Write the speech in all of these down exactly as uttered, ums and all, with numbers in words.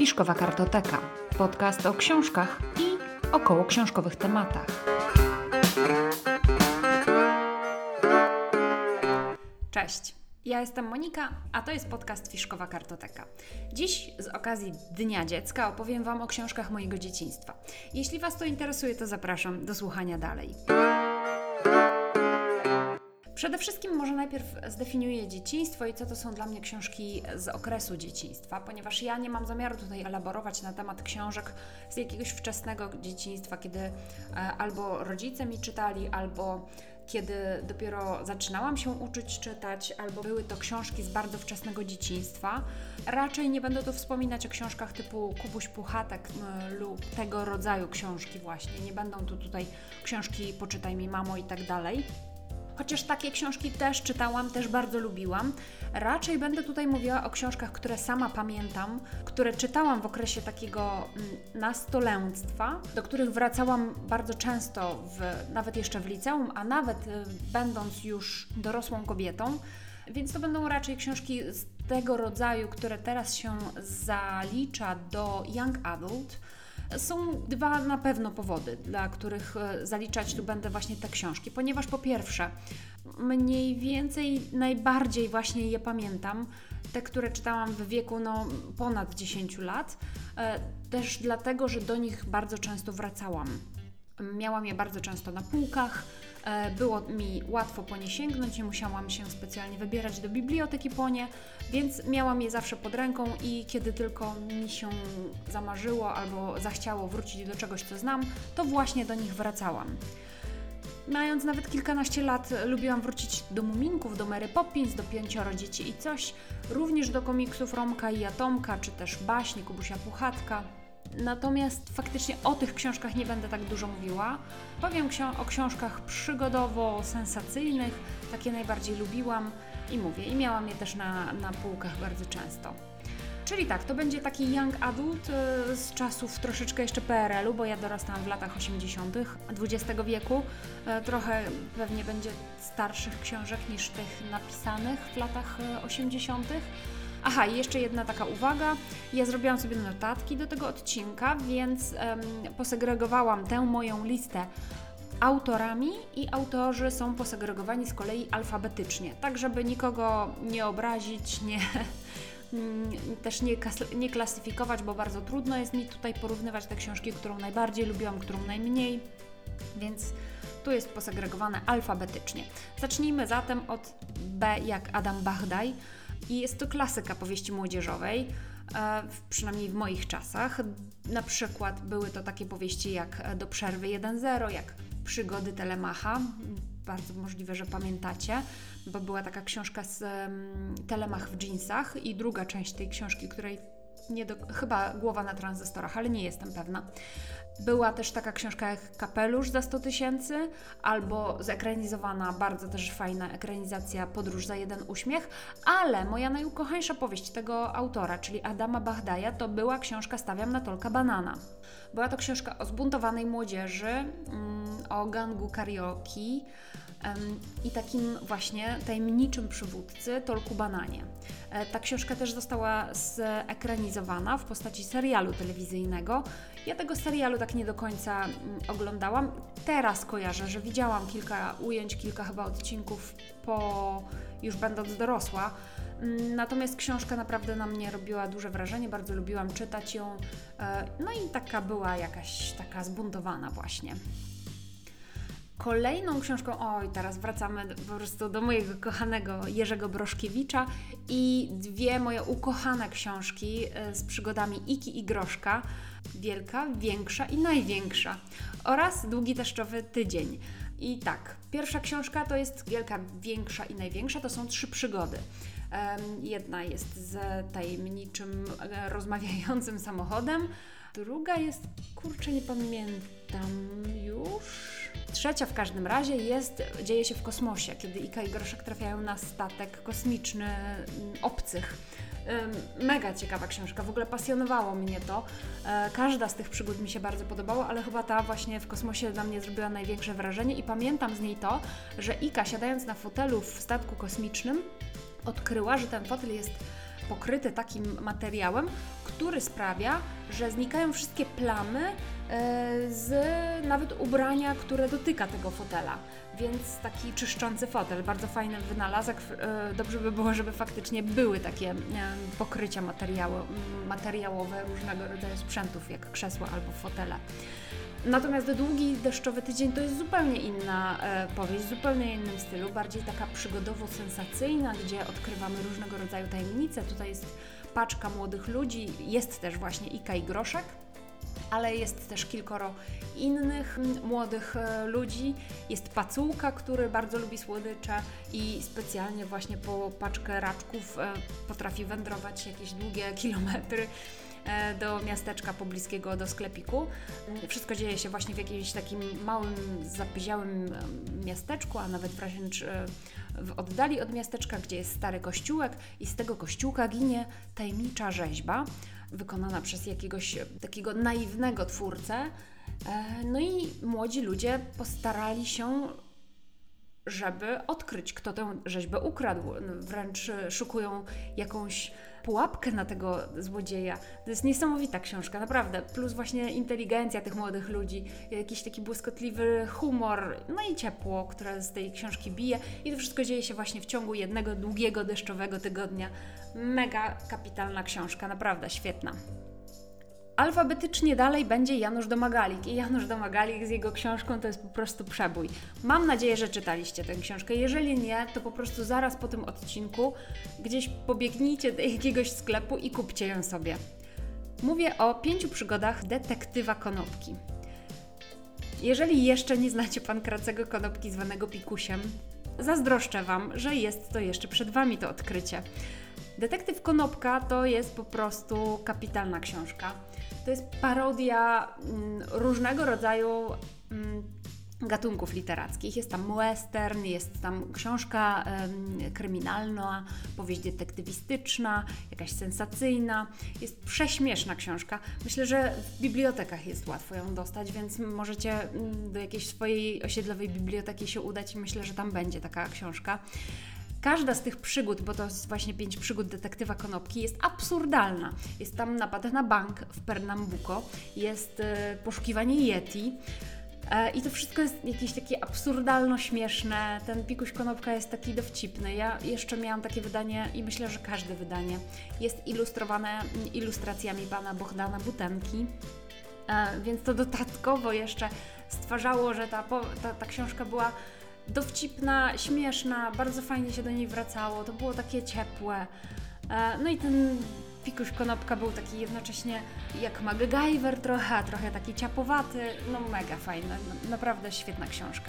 Fiszkowa Kartoteka. Podcast o książkach i około książkowych tematach. Cześć, ja jestem Monika, a to jest podcast Fiszkowa Kartoteka. Dziś z okazji Dnia Dziecka opowiem Wam o książkach mojego dzieciństwa. Jeśli Was to interesuje, to zapraszam do słuchania dalej. Przede wszystkim może najpierw zdefiniuję dzieciństwo i co to są dla mnie książki z okresu dzieciństwa, ponieważ ja nie mam zamiaru tutaj elaborować na temat książek z jakiegoś wczesnego dzieciństwa, kiedy e, albo rodzice mi czytali, albo kiedy dopiero zaczynałam się uczyć czytać, albo były to książki z bardzo wczesnego dzieciństwa. Raczej nie będę tu wspominać o książkach typu Kubuś Puchatek y, lub tego rodzaju książki właśnie. Nie będą tu tutaj książki Poczytaj mi mamo i tak dalej. Chociaż takie książki też czytałam, też bardzo lubiłam. Raczej będę tutaj mówiła o książkach, które sama pamiętam, które czytałam w okresie takiego nastolęctwa, do których wracałam bardzo często, w, nawet jeszcze w liceum, a nawet będąc już dorosłą kobietą. Więc to będą raczej książki z tego rodzaju, które teraz się zalicza do young adult. Są dwa na pewno powody, dla których zaliczać tu będę właśnie te książki, ponieważ po pierwsze, mniej więcej najbardziej właśnie je pamiętam, te, które czytałam w wieku no, ponad dziesięć lat, też dlatego, że do nich bardzo często wracałam. Miałam je bardzo często na półkach, było mi łatwo po nie sięgnąć, nie musiałam się specjalnie wybierać do biblioteki po nie, więc miałam je zawsze pod ręką i kiedy tylko mi się zamarzyło albo zachciało wrócić do czegoś, co znam, to właśnie do nich wracałam. Mając nawet kilkanaście lat, lubiłam wrócić do Muminków, do Mary Poppins, do Pięcioro dzieci i coś, również do komiksów Romka i Atomka, czy też baśni Kubusia Puchatka. Natomiast faktycznie o tych książkach nie będę tak dużo mówiła. Powiem ksio- o książkach przygodowo-sensacyjnych, takie najbardziej lubiłam i mówię, i miałam je też na, na półkach bardzo często. Czyli tak, to będzie taki young adult y, z czasów troszeczkę jeszcze P R L u, bo ja dorastałam w latach osiemdziesiątych dwudziestego wieku. Y, trochę pewnie będzie starszych książek niż tych napisanych w latach y, osiemdziesiątych. Aha, i jeszcze jedna taka uwaga. Ja zrobiłam sobie notatki do tego odcinka, więc um, posegregowałam tę moją listę autorami i autorzy są posegregowani z kolei alfabetycznie, tak żeby nikogo nie obrazić, nie, też nie, nie klasyfikować, bo bardzo trudno jest mi tutaj porównywać te książki, którą najbardziej lubiłam, którą najmniej, więc tu jest posegregowane alfabetycznie. Zacznijmy zatem od B jak Adam Bahdaj. I jest to klasyka powieści młodzieżowej, e, przynajmniej w moich czasach. Na przykład były to takie powieści jak Do przerwy jeden zero, jak Przygody Telemacha. Bardzo możliwe, że pamiętacie, bo była taka książka z um, Telemach w dżinsach i druga część tej książki, której nie do, chyba Głowa na tranzystorach, ale nie jestem pewna. Była też taka książka jak Kapelusz za sto tysięcy, albo zekranizowana, bardzo też fajna ekranizacja Podróż za jeden uśmiech, ale moja najukochańsza powieść tego autora, czyli Adama Bahdaja, to była książka Stawiam na Tolka banana. Była to książka o zbuntowanej młodzieży, mm, o gangu karaoke um, i takim właśnie tajemniczym przywódcy Tolku Bananie. E, ta książka też została zekranizowana w postaci serialu telewizyjnego. Ja tego serialu tak nie do końca mm, oglądałam. Teraz kojarzę, że widziałam kilka ujęć, kilka chyba odcinków po już będąc dorosła. Natomiast książka naprawdę na mnie robiła duże wrażenie, bardzo lubiłam czytać ją. No i taka była jakaś taka zbuntowana właśnie. Kolejną książką, oj teraz wracamy po prostu do mojego kochanego Jerzego Broszkiewicza i dwie moje ukochane książki z przygodami Iki i Groszka, Wielka, Większa i Największa oraz Długi Deszczowy Tydzień. I tak, pierwsza książka to jest Wielka, Większa i Największa, to są trzy przygody. Jedna jest z tajemniczym, rozmawiającym samochodem, druga jest, kurczę nie pamiętam już... Trzecia w każdym razie jest, dzieje się w kosmosie, kiedy Ika i Groszek trafiają na statek kosmiczny obcych. Mega ciekawa książka, w ogóle pasjonowało mnie to. Każda z tych przygód mi się bardzo podobała, ale chyba ta właśnie w kosmosie na mnie zrobiła największe wrażenie i pamiętam z niej to, że Ika siadając na fotelu w statku kosmicznym odkryła, że ten fotel jest pokryty takim materiałem, który sprawia, że znikają wszystkie plamy z nawet ubrania, które dotyka tego fotela. Więc taki czyszczący fotel, bardzo fajny wynalazek. Dobrze by było, żeby faktycznie były takie pokrycia materiały, materiałowe różnego rodzaju sprzętów, jak krzesła albo fotele. Natomiast Długi deszczowy tydzień to jest zupełnie inna e, powieść, w zupełnie innym stylu, bardziej taka przygodowo-sensacyjna, gdzie odkrywamy różnego rodzaju tajemnice. Tutaj jest paczka młodych ludzi, jest też właśnie Ika i Groszek, ale jest też kilkoro innych młodych e, ludzi. Jest Pacułka, który bardzo lubi słodycze i specjalnie właśnie po paczkę raczków e, potrafi wędrować jakieś długie kilometry do miasteczka pobliskiego, do sklepiku. Wszystko dzieje się właśnie w jakimś takim małym, zapyziałym miasteczku, a nawet wręcz w oddali od miasteczka, gdzie jest stary kościółek i z tego kościółka ginie tajemnicza rzeźba wykonana przez jakiegoś takiego naiwnego twórcę. No i młodzi ludzie postarali się, żeby odkryć, kto tę rzeźbę ukradł. Wręcz szukują jakąś pułapkę na tego złodzieja. To jest niesamowita książka, naprawdę. Plus właśnie inteligencja tych młodych ludzi, jakiś taki błyskotliwy humor, no i ciepło, które z tej książki bije. I to wszystko dzieje się właśnie w ciągu jednego długiego, deszczowego tygodnia. Mega kapitalna książka, naprawdę świetna. Alfabetycznie dalej będzie Janusz Domagalik i Janusz Domagalik z jego książką to jest po prostu przebój. Mam nadzieję, że czytaliście tę książkę. Jeżeli nie, to po prostu zaraz po tym odcinku gdzieś pobiegnijcie do jakiegoś sklepu i kupcie ją sobie. Mówię o pięciu przygodach detektywa Konopki. Jeżeli jeszcze nie znacie Pankracego Konopki zwanego Pikusiem, zazdroszczę Wam, że jest to jeszcze przed Wami to odkrycie. Detektyw Konopka to jest po prostu kapitalna książka. To jest parodia mm, różnego rodzaju mm, gatunków literackich. Jest tam western, jest tam książka ym, kryminalna, powieść detektywistyczna, jakaś sensacyjna. Jest prześmieszna książka. Myślę, że w bibliotekach jest łatwo ją dostać, więc możecie ym, do jakiejś swojej osiedlowej biblioteki się udać i myślę, że tam będzie taka książka. Każda z tych przygód, bo to jest właśnie pięć przygód detektywa Konopki, jest absurdalna. Jest tam napad na bank w Pernambuco, jest e, poszukiwanie Yeti e, i to wszystko jest jakieś takie absurdalno-śmieszne. Ten Pikuś Konopka jest taki dowcipny. Ja jeszcze miałam takie wydanie i myślę, że każde wydanie jest ilustrowane ilustracjami pana Bohdana Butenki, e, więc to dodatkowo jeszcze stwarzało, że ta, ta, ta książka była dowcipna, śmieszna, bardzo fajnie się do niej wracało, to było takie ciepłe. No i ten Pikuś Konopka był taki jednocześnie jak MacGyver trochę, a trochę taki ciapowaty, no mega fajny, naprawdę świetna książka.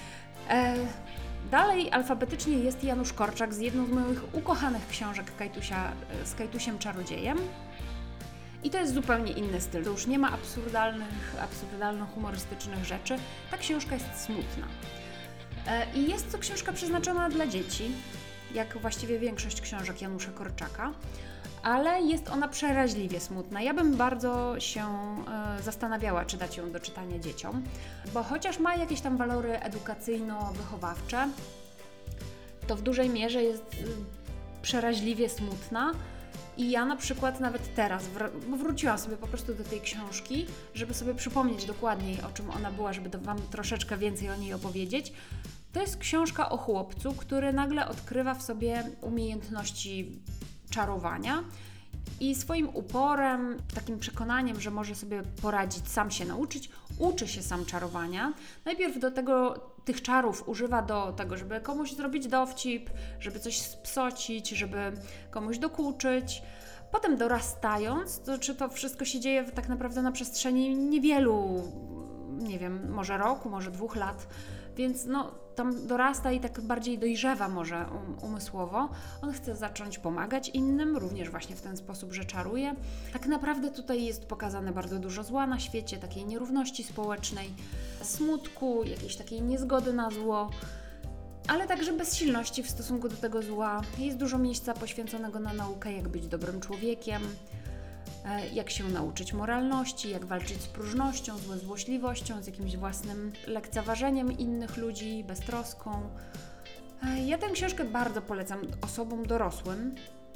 Dalej alfabetycznie jest Janusz Korczak z jedną z moich ukochanych książek Kajtusia, z Kajtusiem Czarodziejem. I to jest zupełnie inny styl, to już nie ma absurdalnych, absurdalno-humorystycznych rzeczy, ta książka jest smutna. I jest to książka przeznaczona dla dzieci, jak właściwie większość książek Janusza Korczaka, ale jest ona przeraźliwie smutna. Ja bym bardzo się e, zastanawiała, czy dać ją do czytania dzieciom, bo chociaż ma jakieś tam walory edukacyjno-wychowawcze, to w dużej mierze jest e, przeraźliwie smutna. I ja na przykład nawet teraz wr- wróciłam sobie po prostu do tej książki, żeby sobie przypomnieć dokładniej, o czym ona była, żeby Wam troszeczkę więcej o niej opowiedzieć. To jest książka o chłopcu, który nagle odkrywa w sobie umiejętności czarowania i swoim uporem, takim przekonaniem, że może sobie poradzić, sam się nauczyć, uczy się sam czarowania. Najpierw do tego tych czarów używa do tego, żeby komuś zrobić dowcip, żeby coś spsocić, żeby komuś dokuczyć. Potem dorastając, to czy to wszystko się dzieje tak naprawdę na przestrzeni niewielu, nie wiem, może roku, może dwóch lat, więc no tam dorasta i tak bardziej dojrzewa może um, umysłowo. On chce zacząć pomagać innym, również właśnie w ten sposób, że czaruje. Tak naprawdę tutaj jest pokazane bardzo dużo zła na świecie, takiej nierówności społecznej, smutku, jakiejś takiej niezgody na zło, ale także bezsilności w stosunku do tego zła. Jest dużo miejsca poświęconego na naukę, jak być dobrym człowiekiem, jak się nauczyć moralności, jak walczyć z próżnością, z złośliwością, z jakimś własnym lekceważeniem innych ludzi, beztroską. Ja tę książkę bardzo polecam osobom dorosłym,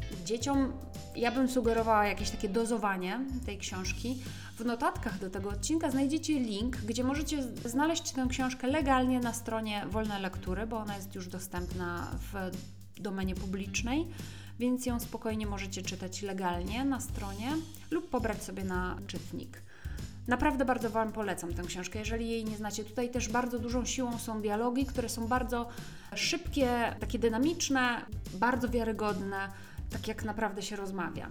Dzieciom ja bym sugerowała jakieś takie dozowanie tej książki. W notatkach do tego odcinka znajdziecie link, gdzie możecie znaleźć tę książkę legalnie na stronie Wolne Lektury, bo ona jest już dostępna w domenie publicznej, więc ją spokojnie możecie czytać legalnie na stronie lub pobrać sobie na czytnik. Naprawdę bardzo Wam polecam tę książkę, jeżeli jej nie znacie. Tutaj też bardzo dużą siłą są dialogi, które są bardzo szybkie, takie dynamiczne, bardzo wiarygodne, tak jak naprawdę się rozmawia.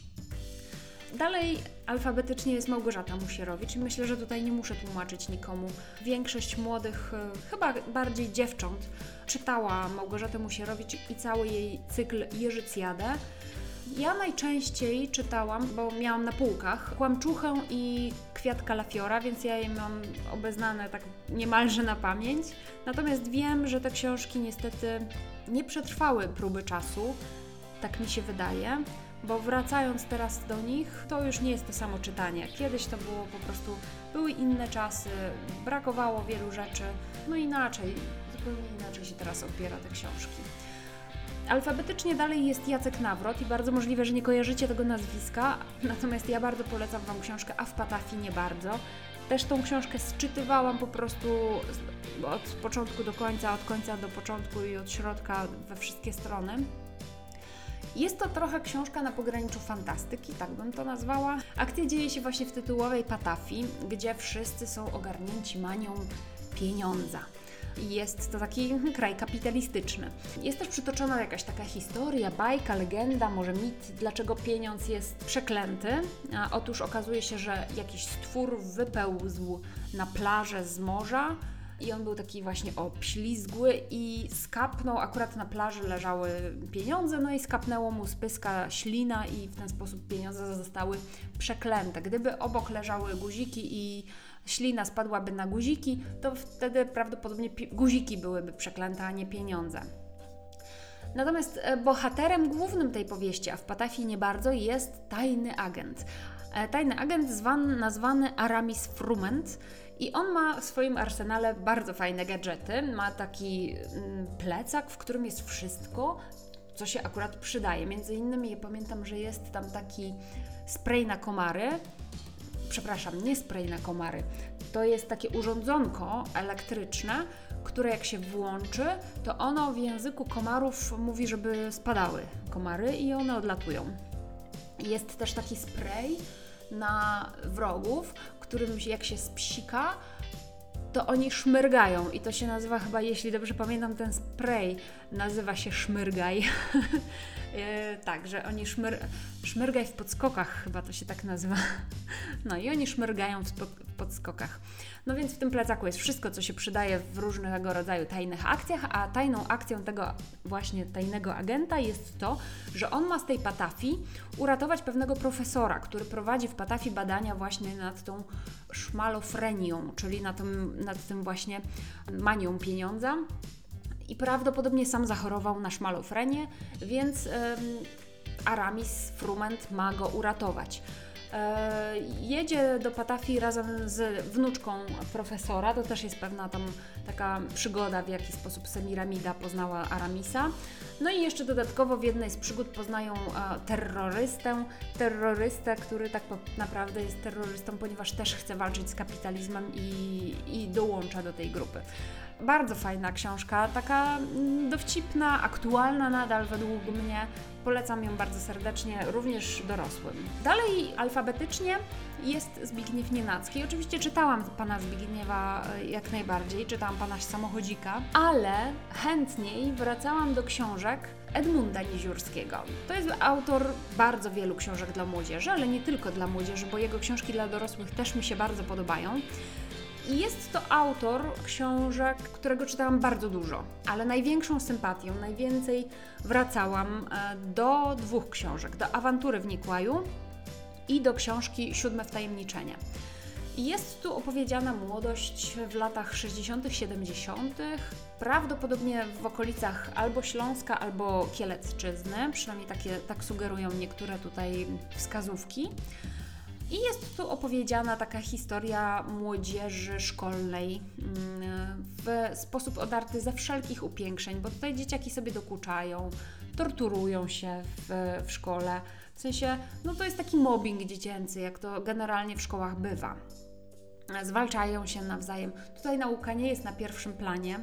Dalej alfabetycznie jest Małgorzata Musierowicz i myślę, że tutaj nie muszę tłumaczyć nikomu. Większość młodych, chyba bardziej dziewcząt, czytała Małgorzatę Musierowicz i cały jej cykl Jerzycjadę. Ja najczęściej czytałam, bo miałam na półkach, Kłamczuchę i Kwiat kalafiora, więc ja je mam obeznane tak niemalże na pamięć. Natomiast wiem, że te książki niestety nie przetrwały próby czasu, tak mi się wydaje, bo wracając teraz do nich, to już nie jest to samo czytanie. Kiedyś to było po prostu, były inne czasy, brakowało wielu rzeczy, no inaczej, zupełnie inaczej się teraz odbiera te książki. Alfabetycznie dalej jest Jacek Nawrot i bardzo możliwe, że nie kojarzycie tego nazwiska, natomiast ja bardzo polecam Wam książkę, a w Patafii nie bardzo. Też tą książkę sczytywałam po prostu od początku do końca, od końca do początku i od środka we wszystkie strony. Jest to trochę książka na pograniczu fantastyki, tak bym to nazwała. Akcja dzieje się właśnie w tytułowej Patafii, gdzie wszyscy są ogarnięci manią pieniądza. Jest to taki kraj kapitalistyczny. Jest też przytoczona jakaś taka historia, bajka, legenda, może mit, dlaczego pieniądz jest przeklęty. A otóż okazuje się, że jakiś stwór wypełzł na plażę z morza i on był taki właśnie obślizgły i skapnął, akurat na plaży leżały pieniądze, no i skapnęło mu z pyska ślina i w ten sposób pieniądze zostały przeklęte. Gdyby obok leżały guziki i ślina spadłaby na guziki, to wtedy prawdopodobnie pi- guziki byłyby przeklęte, a nie pieniądze. Natomiast bohaterem głównym tej powieści, a w Patafii nie bardzo, jest tajny agent. Tajny agent zwany, nazwany Aramis Frument i on ma w swoim arsenale bardzo fajne gadżety. Ma taki mm, plecak, w którym jest wszystko, co się akurat przydaje. Między innymi ja pamiętam, że jest tam taki spray na komary. Przepraszam, nie spray na komary. To jest takie urządzonko elektryczne, które jak się włączy, to ono w języku komarów mówi, żeby spadały komary i one odlatują. Jest też taki spray na wrogów, którym jak się spsika, to oni szmyrgają i to się nazywa chyba, jeśli dobrze pamiętam, ten spray nazywa się Szmyrgaj. e, tak, że oni szmyr, szmyrgaj w podskokach, chyba to się tak nazywa. No i oni szmyrgają w, spo, w podskokach. No więc w tym plecaku jest wszystko, co się przydaje w różnego rodzaju tajnych akcjach, a tajną akcją tego właśnie tajnego agenta jest to, że on ma z tej Patafii uratować pewnego profesora, który prowadzi w Patafii badania właśnie nad tą szmalofrenią, czyli nad tym, nad tym właśnie manią pieniądza. I prawdopodobnie sam zachorował na szmalofrenię, więc ym, Aramis Frument ma go uratować. E, jedzie do Patafii razem z wnuczką profesora, to też jest pewna tam taka przygoda, w jaki sposób Semiramida poznała Aramisa. No i jeszcze dodatkowo w jednej z przygód poznają e, terrorystę, terrorystę, który tak naprawdę jest terrorystą, ponieważ też chce walczyć z kapitalizmem i, i dołącza do tej grupy. Bardzo fajna książka, taka dowcipna, aktualna nadal według mnie. Polecam ją bardzo serdecznie, również dorosłym. Dalej alfabetycznie jest Zbigniew Nienacki. Oczywiście czytałam pana Zbigniewa jak najbardziej, czytałam pana Samochodzika, ale chętniej wracałam do książek Edmunda Nieziórskiego. To jest autor bardzo wielu książek dla młodzieży, ale nie tylko dla młodzieży, bo jego książki dla dorosłych też mi się bardzo podobają. I jest to autor książek, którego czytałam bardzo dużo, ale największą sympatią, najwięcej wracałam do dwóch książek, do Awantury w Nikłaju i do książki Siódme wtajemniczenie. I jest tu opowiedziana młodość w latach sześćdziesiątych, siedemdziesiątych, prawdopodobnie w okolicach albo Śląska, albo Kielecczyzny, przynajmniej takie, tak sugerują niektóre tutaj wskazówki. I jest tu opowiedziana taka historia młodzieży szkolnej w sposób odarty ze wszelkich upiększeń, bo tutaj dzieciaki sobie dokuczają, torturują się w, w szkole. W sensie, no to jest taki mobbing dziecięcy, jak to generalnie w szkołach bywa. Zwalczają się nawzajem. Tutaj nauka nie jest na pierwszym planie,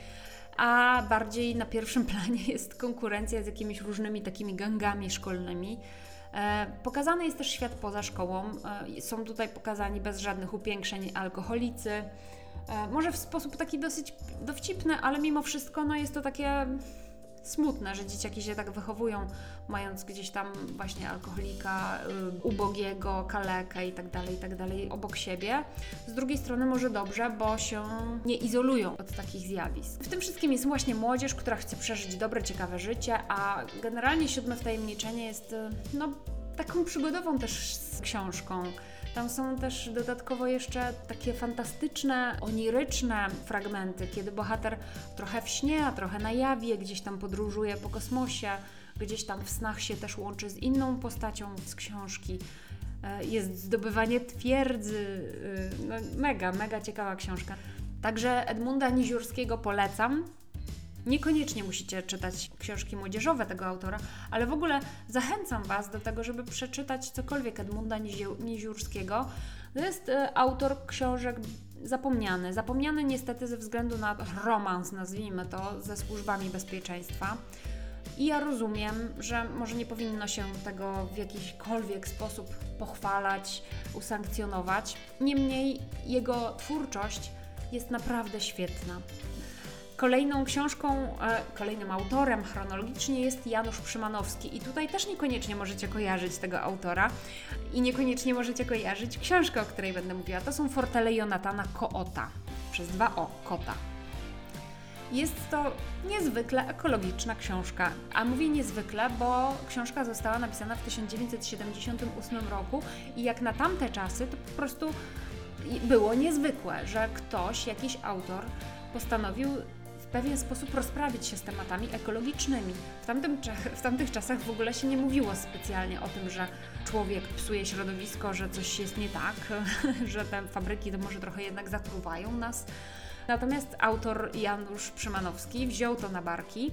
a bardziej na pierwszym planie jest konkurencja z jakimiś różnymi takimi gangami szkolnymi. E, pokazany jest też świat poza szkołą. E, są tutaj pokazani bez żadnych upiększeń alkoholicy. E, może w sposób taki dosyć dowcipny, ale mimo wszystko no jest to takie smutne, że dzieciaki się tak wychowują, mając gdzieś tam właśnie alkoholika, y, ubogiego, kalekę i tak dalej, i tak dalej obok siebie. Z drugiej strony może dobrze, bo się nie izolują od takich zjawisk. W tym wszystkim jest właśnie młodzież, która chce przeżyć dobre, ciekawe życie, a generalnie Siódme Wtajemniczenie jest y, no, taką przygodową też książką. Tam są też dodatkowo jeszcze takie fantastyczne, oniryczne fragmenty, kiedy bohater trochę w śnie, a trochę na jawie, gdzieś tam podróżuje po kosmosie, gdzieś tam w snach się też łączy z inną postacią z książki. Jest zdobywanie twierdzy, no mega, mega ciekawa książka. Także Edmunda Niziurskiego polecam. Niekoniecznie musicie czytać książki młodzieżowe tego autora, ale w ogóle zachęcam Was do tego, żeby przeczytać cokolwiek Edmunda Niziurskiego. To jest e, autor książek zapomniany. Zapomniany niestety ze względu na romans, nazwijmy to, ze służbami bezpieczeństwa. I ja rozumiem, że może nie powinno się tego w jakikolwiek sposób pochwalać, usankcjonować. Niemniej jego twórczość jest naprawdę świetna. Kolejną książką, e, kolejnym autorem chronologicznie jest Janusz Przymanowski i tutaj też niekoniecznie możecie kojarzyć tego autora i niekoniecznie możecie kojarzyć książkę, o której będę mówiła. To są Fortele Jonatana Koota, przez dwa O, Kota. Jest to niezwykle ekologiczna książka, a mówię niezwykle, bo książka została napisana w tysiąc dziewięćset siedemdziesiątym ósmym roku i jak na tamte czasy to po prostu było niezwykłe, że ktoś, jakiś autor postanowił w pewien sposób rozprawić się z tematami ekologicznymi. W, tamtym, w tamtych czasach w ogóle się nie mówiło specjalnie o tym, że człowiek psuje środowisko, że coś jest nie tak, że te fabryki to może trochę jednak zatruwają nas. Natomiast autor Janusz Przymanowski wziął to na barki,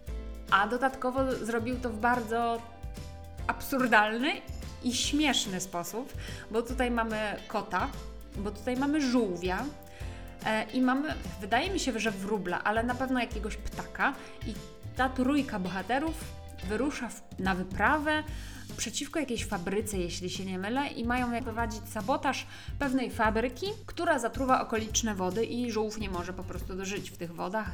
a dodatkowo zrobił to w bardzo absurdalny i śmieszny sposób, bo tutaj mamy kota, bo tutaj mamy żółwia, i mamy, wydaje mi się, że wróbla, ale na pewno jakiegoś ptaka i ta trójka bohaterów wyrusza w, na wyprawę przeciwko jakiejś fabryce, jeśli się nie mylę, i mają jak prowadzić sabotaż pewnej fabryki, która zatruwa okoliczne wody i żółw nie może po prostu dożyć w tych wodach.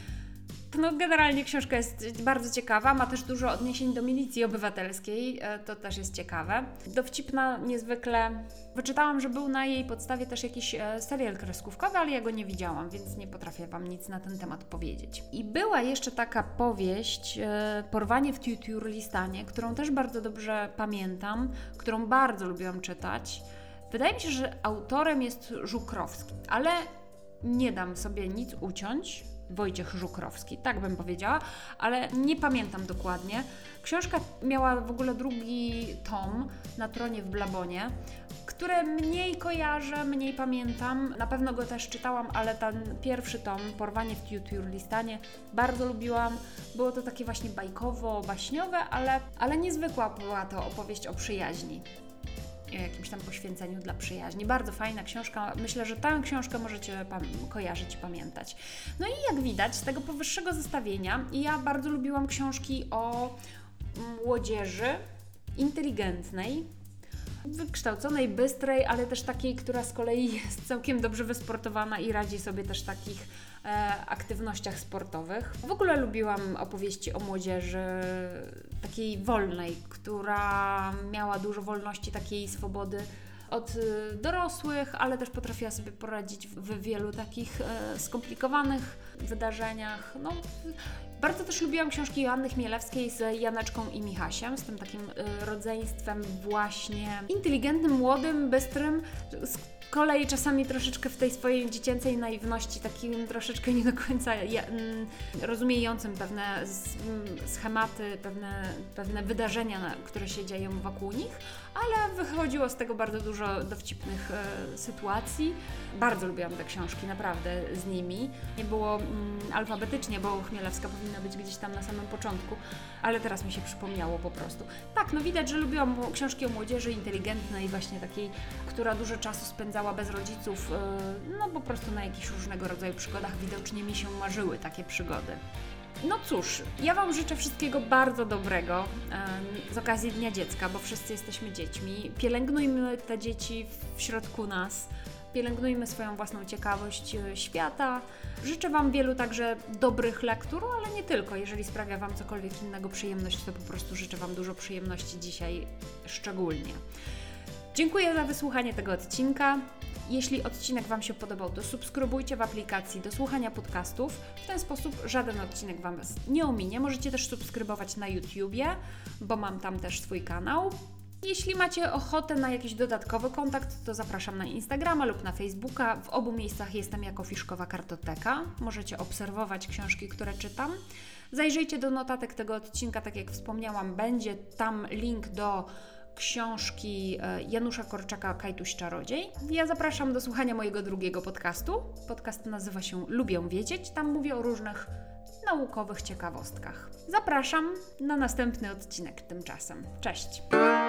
No generalnie książka jest bardzo ciekawa, ma też dużo odniesień do Milicji Obywatelskiej, to też jest ciekawe. Dowcipna niezwykle. Wyczytałam, że był na jej podstawie też jakiś serial kreskówkowy, ale ja go nie widziałam, więc nie potrafię Wam nic na ten temat powiedzieć. I była jeszcze taka powieść, Porwanie w Tjurlistanie, którą też bardzo dobrze pamiętam, którą bardzo lubiłam czytać. Wydaje mi się, że autorem jest Żukrowski, ale nie dam sobie nic uciąć. Wojciech Żukrowski, tak bym powiedziała, ale nie pamiętam dokładnie. Książka miała w ogóle drugi tom, Na tronie w Blabonie, które mniej kojarzę, mniej pamiętam. Na pewno go też czytałam, ale ten pierwszy tom, Porwanie w Tjurlistanie, bardzo lubiłam. Było to takie właśnie bajkowo-baśniowe, ale, ale niezwykła była to opowieść o przyjaźni. Jakimś tam poświęceniu dla przyjaźni. Bardzo fajna książka. Myślę, że tę książkę możecie pam- kojarzyć i pamiętać. No i jak widać z tego powyższego zestawienia, ja bardzo lubiłam książki o młodzieży inteligentnej, wykształconej, bystrej, ale też takiej, która z kolei jest całkiem dobrze wysportowana i radzi sobie też w takich e, aktywnościach sportowych. W ogóle lubiłam opowieści o młodzieży takiej wolnej, która miała dużo wolności, takiej swobody od y, dorosłych, ale też potrafiła sobie poradzić w, w wielu takich e, skomplikowanych wydarzeniach. No, bardzo też lubiłam książki Joanny Chmielewskiej z Janeczką i Michasiem, z tym takim y, rodzeństwem właśnie inteligentnym, młodym, bystrym, z kolei czasami troszeczkę w tej swojej dziecięcej naiwności, takim troszeczkę nie do końca ja, mm, rozumiejącym pewne z, mm, schematy, pewne, pewne wydarzenia, na, które się dzieją wokół nich, ale wychodziło z tego bardzo dużo dowcipnych e, sytuacji. Bardzo lubiłam te książki, naprawdę z nimi. Nie było mm, alfabetycznie, bo Chmielewska powinna powinna być gdzieś tam na samym początku, ale teraz mi się przypomniało po prostu. Tak, no widać, że lubiłam książki o młodzieży inteligentnej, właśnie takiej, która dużo czasu spędzała bez rodziców, no po prostu na jakichś różnego rodzaju przygodach. Widocznie mi się marzyły takie przygody. No cóż, ja Wam życzę wszystkiego bardzo dobrego e, z okazji Dnia Dziecka, bo wszyscy jesteśmy dziećmi. Pielęgnujmy te dzieci w środku nas, pielęgnujmy swoją własną ciekawość świata. Życzę Wam wielu także dobrych lektur, ale nie tylko. Jeżeli sprawia Wam cokolwiek innego przyjemność, to po prostu życzę Wam dużo przyjemności dzisiaj szczególnie. Dziękuję za wysłuchanie tego odcinka. Jeśli odcinek Wam się podobał, to subskrybujcie w aplikacji do słuchania podcastów. W ten sposób żaden odcinek Wam nie ominie. Możecie też subskrybować na YouTubie, bo mam tam też swój kanał. Jeśli macie ochotę na jakiś dodatkowy kontakt, to zapraszam na Instagrama lub na Facebooka. W obu miejscach jestem jako Fiszkowa Kartoteka. Możecie obserwować książki, które czytam. Zajrzyjcie do notatek tego odcinka, tak jak wspomniałam, będzie tam link do książki Janusza Korczaka Kajtuś Czarodziej. Ja zapraszam do słuchania mojego drugiego podcastu. Podcast nazywa się Lubię Wiedzieć. Tam mówię o różnych naukowych ciekawostkach. Zapraszam na następny odcinek tymczasem. Cześć!